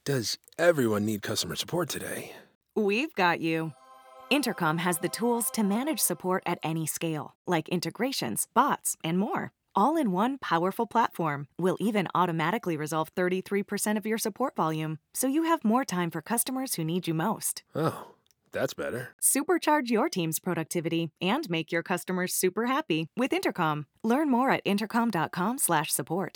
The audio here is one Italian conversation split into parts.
Does everyone need customer support today? We've got you. Intercom has the tools to manage support at any scale, like integrations, bots, and more. All in one powerful platform. We'll even automatically resolve 33% of your support volume, so you have more time for customers who need you most. Oh, that's better. Supercharge your team's productivity and make your customers super happy with Intercom. Learn more at intercom.com/support.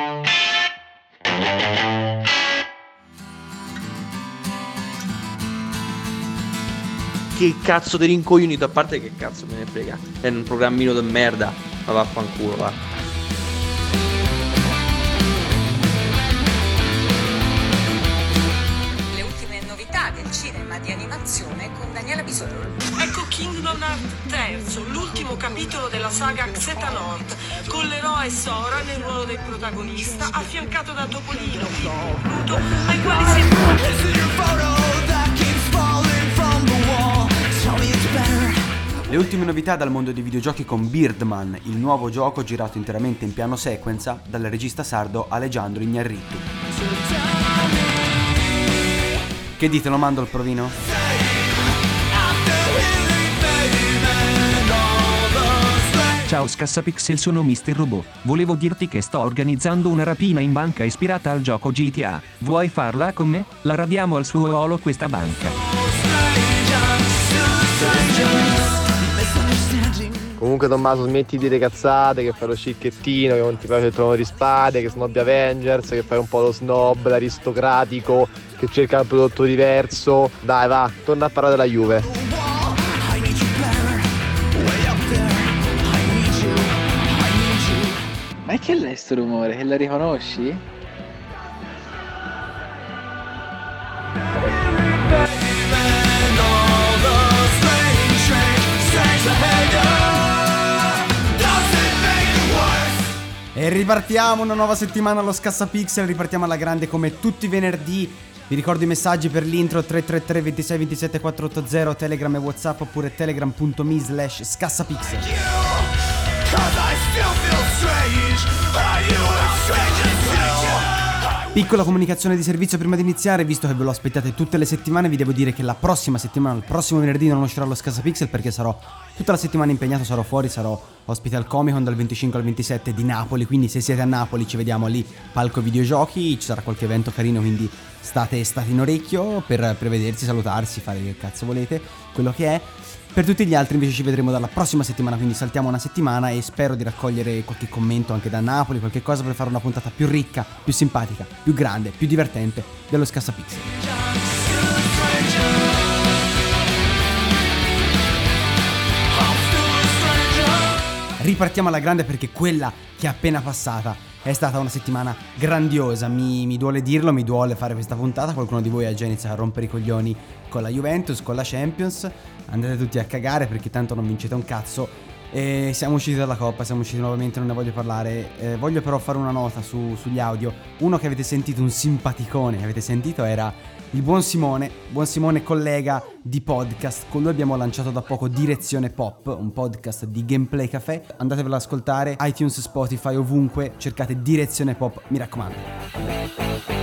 Che cazzo di rincoglionito, a parte che cazzo me ne frega. È un programmino di merda. Ma vaffanculo, va. Le ultime novità del cinema di animazione con Daniela Bisogno. Ecco Kingdom Hearts III, l'ultimo capitolo della saga Xehanort, con l'eroe Sora nel ruolo del protagonista, affiancato da Topolino, Pluto, ai quali si... Le ultime novità dal mondo dei videogiochi con Birdman, il nuovo gioco girato interamente in piano sequenza dal regista sardo Alejandro Iñárritu. Che dite, lo mando al provino? Ciao Scassapixel, sono Mr. Robot. Volevo dirti che sto organizzando una rapina in banca ispirata al gioco GTA. Vuoi farla con me? La radiamo al suolo questa banca. Comunque Tommaso, smetti di dire cazzate, che fai lo scicchettino, che non ti piace il Trono di Spade, che snobbi Avengers, che fai un po' lo snob, l'aristocratico, che cerca un prodotto diverso. Dai, va, torna a parlare della Juve. Ma che è sto rumore? Che la riconosci? E ripartiamo, una nuova settimana allo Scassapixel, ripartiamo alla grande come tutti i venerdì. Vi ricordo i messaggi per l'intro: 333 26 27 480, Telegram e WhatsApp, oppure telegram.me/Scassapixel. Piccola comunicazione di servizio prima di iniziare, visto che ve lo aspettate tutte le settimane, vi devo dire che la prossima settimana, il prossimo venerdì, non uscirà lo Scassapixel perché sarò tutta la settimana impegnato, sarò fuori, sarò ospite al Comic Con dal 25 al 27 di Napoli, quindi se siete a Napoli ci vediamo lì, palco videogiochi, ci sarà qualche evento carino, quindi state in orecchio per vedersi, salutarsi, fare che cazzo volete, quello che è. Per tutti gli altri invece ci vedremo dalla prossima settimana, quindi saltiamo una settimana e spero di raccogliere qualche commento anche da Napoli, qualche cosa per fare una puntata più ricca, più simpatica, più grande, più divertente dello Scassapixel. Ripartiamo alla grande perché quella che è appena passata è stata una settimana grandiosa, mi duole dirlo, mi duole fare questa puntata, qualcuno di voi ha già iniziato a rompere i coglioni con la Juventus, con la Champions, andate tutti a cagare perché tanto non vincete un cazzo. E siamo usciti dalla Coppa, siamo usciti nuovamente, non ne voglio parlare, voglio però fare una nota sugli audio. Uno che avete sentito, un simpaticone che avete sentito, era il buon Simone, collega di podcast. Con lui abbiamo lanciato da poco Direzione Pop, un podcast di Gameplay Café. Andatevelo ad ascoltare, iTunes, Spotify, ovunque, cercate Direzione Pop, mi raccomando.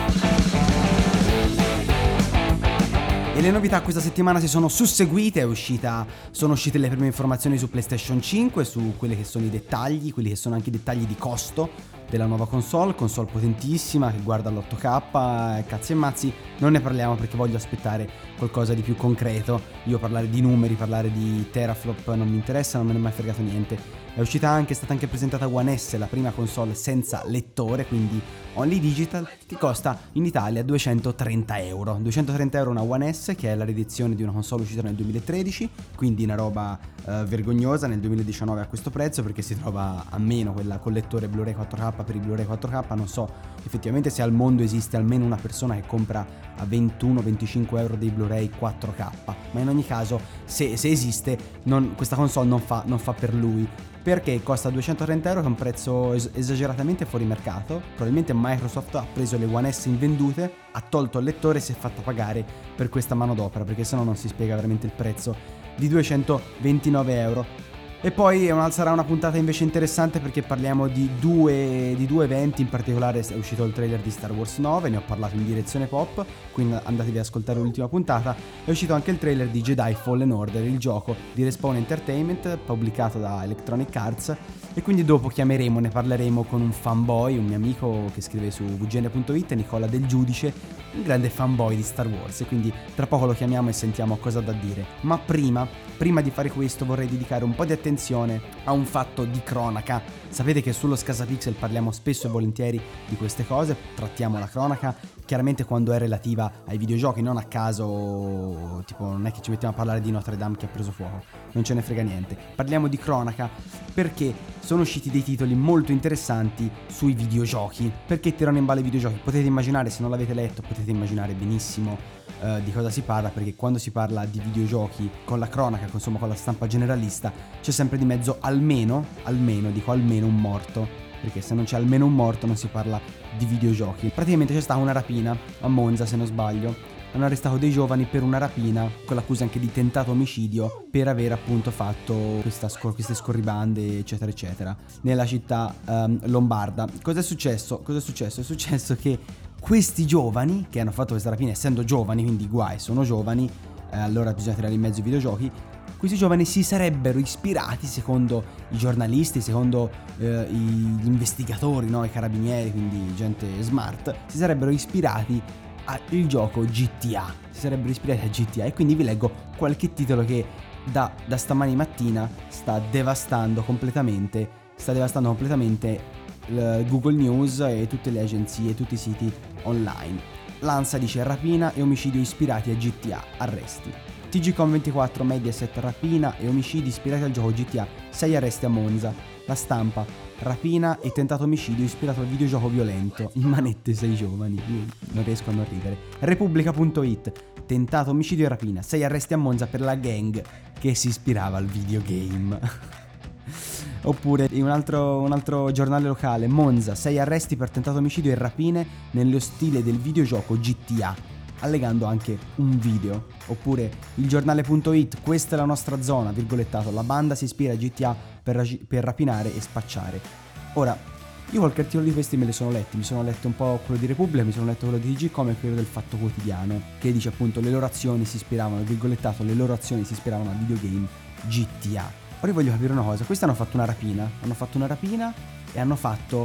E le novità questa settimana si sono susseguite, sono uscite le prime informazioni su PlayStation 5, su quelli che sono i dettagli, quelli che sono anche i dettagli di costo della nuova console potentissima che guarda all'8K, cazzi e mazzi. Non ne parliamo perché voglio aspettare qualcosa di più concreto. Io parlare di numeri, parlare di teraflop non mi interessa, non me ne è mai fregato niente. È stata anche presentata One S, la prima console senza lettore, quindi only digital, che costa in Italia 230 euro. 230 euro una One S, che è la riedizione di una console uscita nel 2013, quindi una roba vergognosa nel 2019 a questo prezzo, perché si trova a meno quella con lettore Blu-ray 4K per i Blu-ray 4K. Non so effettivamente se al mondo esiste almeno una persona che compra a 21-25 euro dei Blu-ray 4K, ma in ogni caso se esiste, questa console non fa per lui, perché costa 230 euro, che è un prezzo esageratamente fuori mercato. Probabilmente Microsoft ha preso le One S invendute, ha tolto il lettore e si è fatta pagare per questa manodopera, perché sennò non si spiega veramente il prezzo di 229 euro. E poi sarà una puntata invece interessante perché parliamo di due eventi. In particolare è uscito il trailer di Star Wars 9, ne ho parlato in direzione pop, quindi andatevi ad ascoltare l'ultima puntata. È uscito anche il trailer di Jedi Fallen Order, il gioco di Respawn Entertainment pubblicato da Electronic Arts, e quindi dopo ne parleremo con un fanboy, un mio amico che scrive su vgn.it, Nicola Del Giudice, un grande fanboy di Star Wars, e quindi tra poco lo chiamiamo e sentiamo cosa ha da dire. Ma prima di fare questo vorrei dedicare un po' di attenzione a un fatto di cronaca. Sapete che sullo Scasapixel parliamo spesso e volentieri di queste cose, trattiamo la cronaca, chiaramente quando è relativa ai videogiochi, non a caso, tipo non è che ci mettiamo a parlare di Notre Dame che ha preso fuoco, non ce ne frega niente. Parliamo di cronaca perché sono usciti dei titoli molto interessanti sui videogiochi. Perché tirano in ballo i videogiochi? Potete immaginare, se non l'avete letto, potete immaginare benissimo di cosa si parla, perché quando si parla di videogiochi con la cronaca, insomma con la stampa generalista, c'è sempre di mezzo almeno un morto, perché se non c'è almeno un morto non si parla di videogiochi. Praticamente c'è stata una rapina a Monza, se non sbaglio, hanno arrestato dei giovani per una rapina con l'accusa anche di tentato omicidio per aver appunto fatto queste scorribande eccetera eccetera nella città lombarda. Cos'è successo? È successo che questi giovani che hanno fatto questa rapina, essendo giovani, quindi guai, sono giovani, allora bisogna tirare in mezzo i videogiochi. Questi giovani si sarebbero ispirati, secondo i giornalisti, secondo gli investigatori, no? I carabinieri, quindi gente smart, si sarebbero ispirati al gioco GTA. E quindi vi leggo qualche titolo che da stamani mattina sta devastando completamente Google News e tutte le agenzie, tutti i siti online. L'ANSA dice rapina e omicidio ispirati a GTA, arresti. TGcom24, Mediaset, rapina e omicidi ispirati al gioco GTA, 6 arresti a Monza. La Stampa, rapina e tentato omicidio ispirato al videogioco violento, in manette 6 giovani. Io non riesco a non ridere. Repubblica.it, tentato omicidio e rapina, 6 arresti a Monza per la gang che si ispirava al videogame. Oppure in un altro giornale locale, Monza, 6 arresti per tentato omicidio e rapine nello stile del videogioco GTA, allegando anche un video. Oppure il giornale.it, questa è la nostra zona, virgolettato, la banda si ispira a GTA per rapinare e spacciare. Ora, io qualche articolo di questi me li sono letti, mi sono letto un po' quello di Repubblica, mi sono letto quello di TG come quello del Fatto Quotidiano, che dice appunto le loro azioni si ispiravano, virgolettato, le loro azioni si ispiravano al videogame GTA. Ora io voglio capire una cosa, questi hanno fatto una rapina e hanno fatto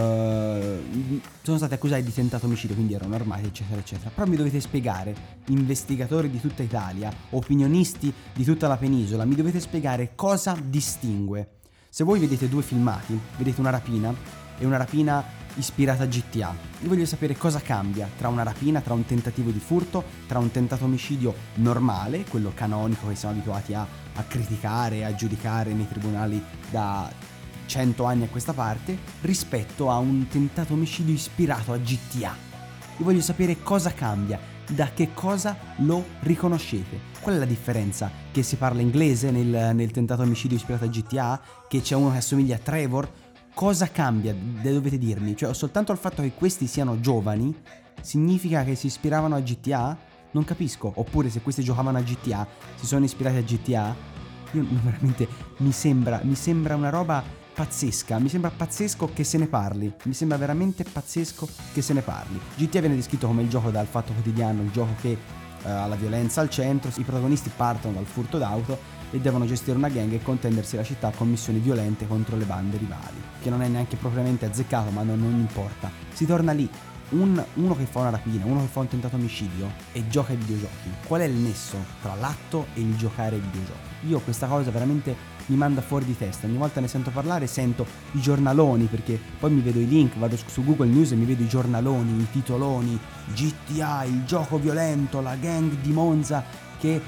sono stati accusati di tentato omicidio, quindi erano armati eccetera eccetera. Però mi dovete spiegare, investigatori di tutta Italia, opinionisti di tutta la penisola, mi dovete spiegare cosa distingue. Se voi vedete due filmati, vedete una rapina e una rapina ispirata a GTA, io voglio sapere cosa cambia tra una rapina, tra un tentativo di furto, tra un tentato omicidio normale, quello canonico che siamo abituati a criticare e a giudicare nei tribunali da 100 anni a questa parte, rispetto a un tentato omicidio ispirato a GTA. Io voglio sapere cosa cambia, da che cosa lo riconoscete. Qual è la differenza? Che si parla inglese nel tentato omicidio ispirato a GTA? Che c'è uno che assomiglia a Trevor? Cosa cambia? Dovete dirmi. Cioè, soltanto il fatto che questi siano giovani significa che si ispiravano a GTA? Non capisco. Oppure se questi giocavano a GTA, si sono ispirati a GTA? Io veramente mi sembra una roba pazzesca, mi sembra pazzesco che se ne parli, mi sembra veramente pazzesco che se ne parli. GTA viene descritto come il gioco dal Fatto Quotidiano, il gioco che ha la violenza al centro, i protagonisti partono dal furto d'auto e devono gestire una gang e contendersi la città con missioni violente contro le bande rivali, che non è neanche propriamente azzeccato, ma non importa. Si torna lì, uno che fa una rapina, uno che fa un tentato omicidio e gioca ai videogiochi. Qual è il nesso tra l'atto e il giocare ai videogiochi? Io questa cosa veramente mi manda fuori di testa. Ogni volta ne sento parlare, sento i giornaloni, perché poi mi vedo i link, vado su Google News e mi vedo i giornaloni, i titoloni, GTA, il gioco violento, la gang di Monza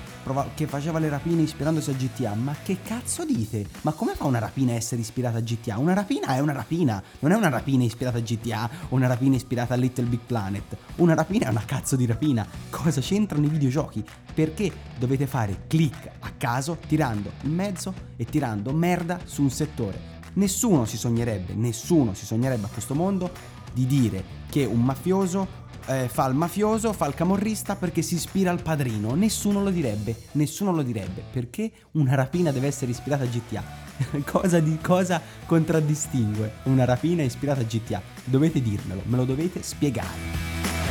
che faceva le rapine ispirandosi a GTA. Ma che cazzo dite? Ma come fa una rapina a essere ispirata a GTA? Una rapina è una rapina, non è una rapina ispirata a GTA o una rapina ispirata a Little Big Planet. Una rapina è una cazzo di rapina. Cosa c'entrano i videogiochi? Perché dovete fare click a caso tirando in mezzo e tirando merda su un settore? Nessuno si sognerebbe a questo mondo di dire che un mafioso fa il mafioso, fa il camorrista perché si ispira al Padrino. Nessuno lo direbbe, perché una rapina deve essere ispirata a GTA. Cosa contraddistingue una rapina ispirata a GTA? Dovete dirmelo, me lo dovete spiegare.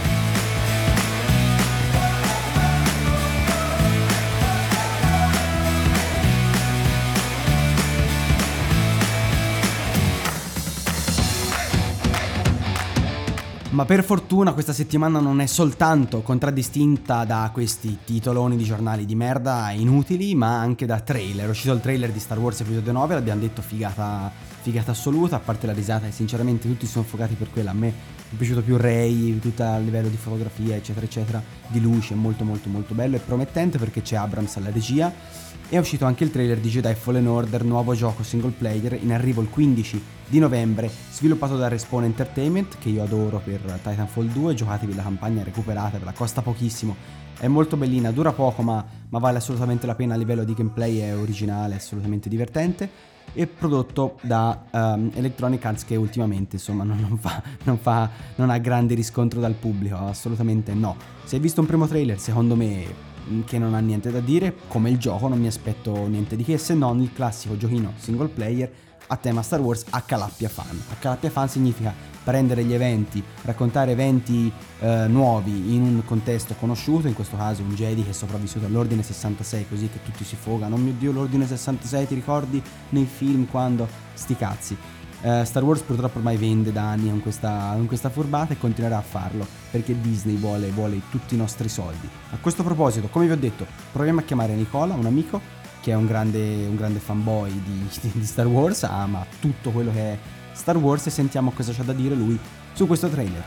Ma per fortuna questa settimana non è soltanto contraddistinta da questi titoloni di giornali di merda inutili, ma anche da trailer. È uscito il trailer di Star Wars Episodio 9, l'abbiamo detto figata assoluta, a parte la risata, e sinceramente tutti sono focati per quella. A me è piaciuto più Rey, tutto a livello di fotografia eccetera eccetera, di luce, è molto molto molto bello e promettente perché c'è Abrams alla regia. È uscito anche il trailer di Jedi Fallen Order, nuovo gioco single player, in arrivo il 15 di novembre, sviluppato da Respawn Entertainment, che io adoro per Titanfall 2, giocatevi la campagna, recuperatevela, costa pochissimo, è molto bellina, dura poco ma vale assolutamente la pena a livello di gameplay, è originale, è assolutamente divertente, e prodotto da Electronic Arts, che ultimamente insomma non ha grande riscontro dal pubblico, assolutamente no. Se hai visto un primo trailer, secondo me che non ha niente da dire, come il gioco non mi aspetto niente di che, se non il classico giochino single player a tema Star Wars H-Lappia fan. H-Lappia fan significa prendere gli eventi, raccontare eventi nuovi in un contesto conosciuto, in questo caso un Jedi che è sopravvissuto all'Ordine 66, così che tutti si fogano, oh mio Dio, l'Ordine 66 ti ricordi nei film quando? Sti cazzi. Star Wars purtroppo ormai vende da anni con questa furbata e continuerà a farlo perché Disney vuole tutti i nostri soldi. A questo proposito, come vi ho detto, proviamo a chiamare Nicola, un amico che è un grande fanboy di Star Wars, ama tutto quello che è Star Wars, e sentiamo cosa c'ha da dire lui su questo trailer.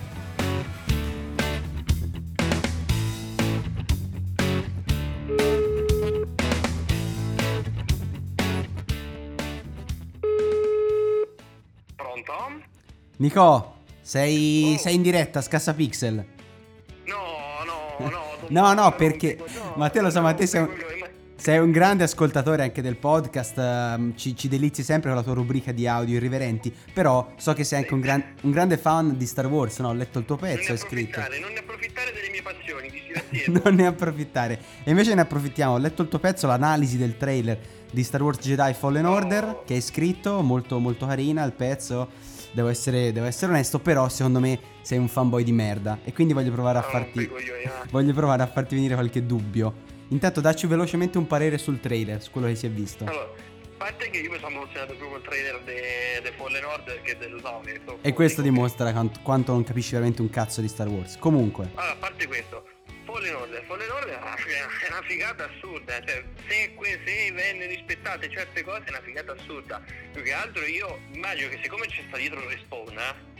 Nico, sei in diretta a Scassapixel? No, perché ma te lo so, ma te sei un grande ascoltatore anche del podcast, ci delizi sempre con la tua rubrica di audio irriverenti, però so che sei anche un grande fan di Star Wars, no? Ho letto il tuo pezzo, è scritto. Non ne approfittare delle mie passioni, dici. Non ne approfittare. E invece ne approfittiamo, ho letto il tuo pezzo, l'analisi del trailer di Star Wars Jedi Fallen Order, che hai scritto, molto molto carina il pezzo. Devo essere onesto, però secondo me sei un fanboy di merda e quindi voglio provare a farti venire qualche dubbio. Intanto dacci velocemente un parere sul trailer, su quello che si è visto. Allora, a parte che io mi sono emozionato più col trailer di Fallen Order che del 9. E questo dimostra quanto non capisci veramente un cazzo di Star Wars. Comunque, allora, a parte questo, Fallen Order è una figata assurda, cioè se venne rispettate certe cose è una figata assurda. Più che altro io immagino che siccome c'è sta dietro Respawn,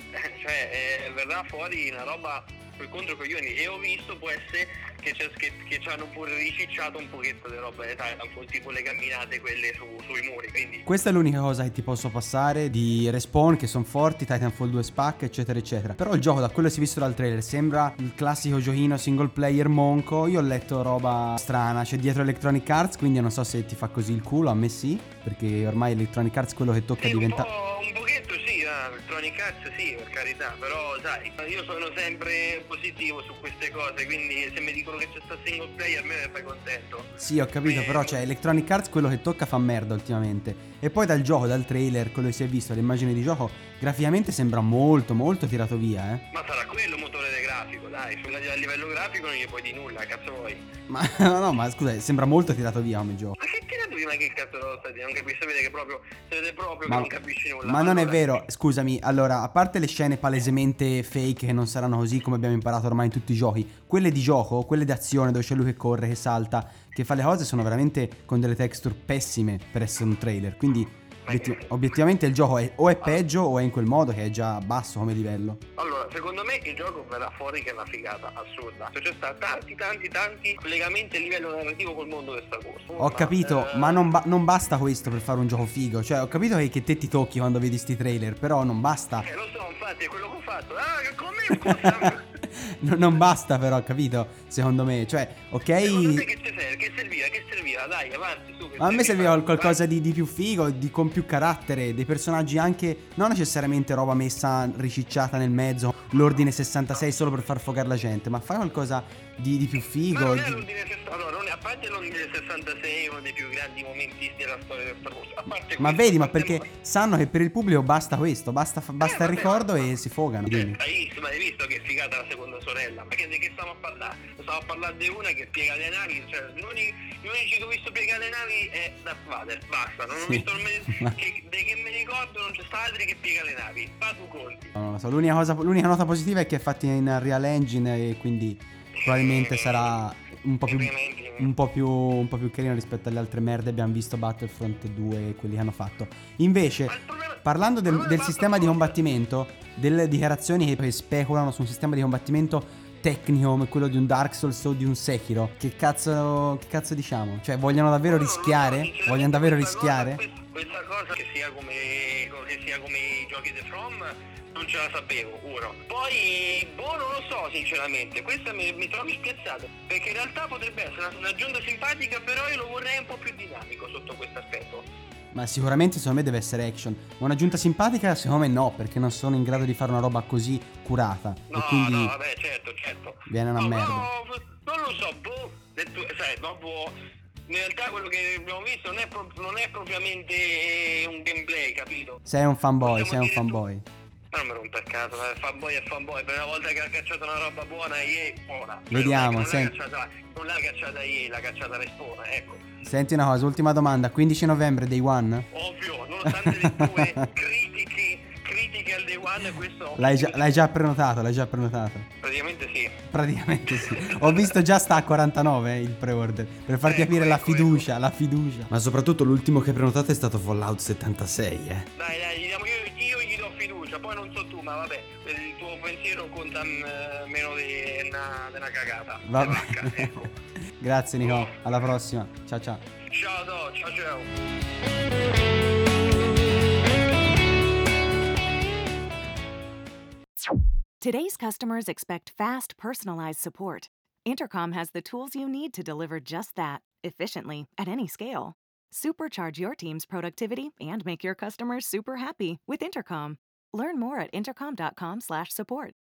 verrà fuori una roba per contro coglioni, e ho visto può essere che ci hanno pure ricicciato un pochetto di roba di Titanfall, tipo le camminate quelle sui muri, quindi questa è l'unica cosa che ti posso passare di Respawn, che sono forti, Titanfall 2 spacca eccetera eccetera. Però il gioco, da quello che si è visto dal trailer, sembra il classico giochino single player monco. Io ho letto roba strana, c'è dietro Electronic Arts, quindi non so se ti fa così il culo, a me sì, perché ormai Electronic Arts quello che tocca diventa un pochetto sì, Electronic Arts sì, per carità, però sai, io sono sempre positivo su queste cose, quindi se mi dicono che c'è sta single player a me mi fai contento. Sì, ho capito, però c'è Electronic Arts, quello che tocca fa merda ultimamente. E poi dal gioco, dal trailer, quello che si è visto, le immagini di gioco, graficamente sembra molto molto tirato via, Ma sarà quello motore del grafico, dai, a livello grafico non gli puoi di nulla, cazzo vuoi? Ma no, ma scusa, sembra molto tirato via come gioco. Ma che tirato via, ma che cazzo lo stai dicendo? Non capisci, sapete che proprio che non capisci nulla. Ma non è vero, scusami, allora, a parte le scene palesemente fake che non saranno così come abbiamo imparato ormai in tutti i giochi, quelle di gioco, quelle d'azione dove c'è lui che corre, che salta, che fa le cose, sono veramente con delle texture pessime per essere un trailer, quindi obiettivamente il gioco o è peggio o è in quel modo che è già basso come livello. Allora, secondo me il gioco verrà fuori che è una figata assurda. Cioè, c'è sta tanti collegamenti a livello narrativo col mondo del Star Wars. Ho capito, ma non basta questo per fare un gioco figo. Cioè, ho capito che te ti tocchi quando vedi sti trailer, però non basta. Lo so, infatti è quello che ho fatto. Come non basta però, capito? Secondo me, cioè, ok. Secondo te che serviva? sorella, dai, avanti, su. Ma a me serviva qualcosa di più figo, con più carattere, dei personaggi anche, non necessariamente roba messa ricicciata nel mezzo, l'ordine 66 solo per far fogare la gente, ma fai qualcosa di più figo. Ma non è l'ordine 66, allora, a parte l'ordine 66 è uno dei più grandi momenti della storia del Star Wars. A parte Ma vedi, ma perché sanno che per il pubblico basta questo, basta il ricordo e si fogano. Ma hai visto che è figata la seconda sorella? Ma che stiamo a parlare? Stiamo a parlare di una che piega le navi, cioè gli unici che ho visto piegare le navi è Darth Vader, basta, non ho visto che mi ricordo non c'è stato altri che piega le navi, fa tu conti. Non lo so, l'unica nota positiva è che è fatta in Unreal Engine e quindi probabilmente sarà un po' più carino rispetto alle altre merde. Abbiamo visto Battlefront 2 e quelli che hanno fatto. Invece, parlando del sistema di combattimento, delle dichiarazioni che speculano su un sistema di combattimento tecnico come quello di un Dark Souls o di un Sekiro, che cazzo diciamo? Cioè, vogliono davvero rischiare? Vogliono davvero rischiare? Questa cosa che sia come i giochi di From non ce la sapevo, uno. Poi, non lo so sinceramente, questa mi trovi spiazzato, perché in realtà potrebbe essere un'aggiunta simpatica, però io lo vorrei un po' più dinamico sotto questo aspetto. Ma sicuramente secondo me deve essere action. Un'aggiunta simpatica secondo me no, perché non sono in grado di fare una roba così curata. No, e quindi no, vabbè, certo. viene una merda. No, non lo so, sai, dopo in realtà quello che abbiamo visto non è propriamente un gameplay, capito? Sei un fanboy. Ma non mi rompe il caso, fanboy è fanboy, per una volta che ha cacciato una roba buona, buona. Vediamo, non l'ha cacciata ieri, l'ha cacciata Respawn, ecco. Senti una cosa, ultima domanda, 15 novembre Day One? Ovvio, nonostante le tue critiche al Day One, questo... L'hai già prenotato? Praticamente sì. Ho visto già sta a 49 il pre-order, per farti capire la fiducia. Ma soprattutto l'ultimo che hai prenotato è stato Fallout 76, Dai, io gli do fiducia, poi non so tu, ma vabbè, il tuo pensiero conta meno di una cagata. Vabbè. Ecco. Grazie Nico, alla prossima. Ciao. Ciao. Today's customers expect fast, personalized support. Intercom has the tools you need to deliver just that, efficiently, at any scale. Supercharge your team's productivity and make your customers super happy with Intercom. Learn more at intercom.com/support.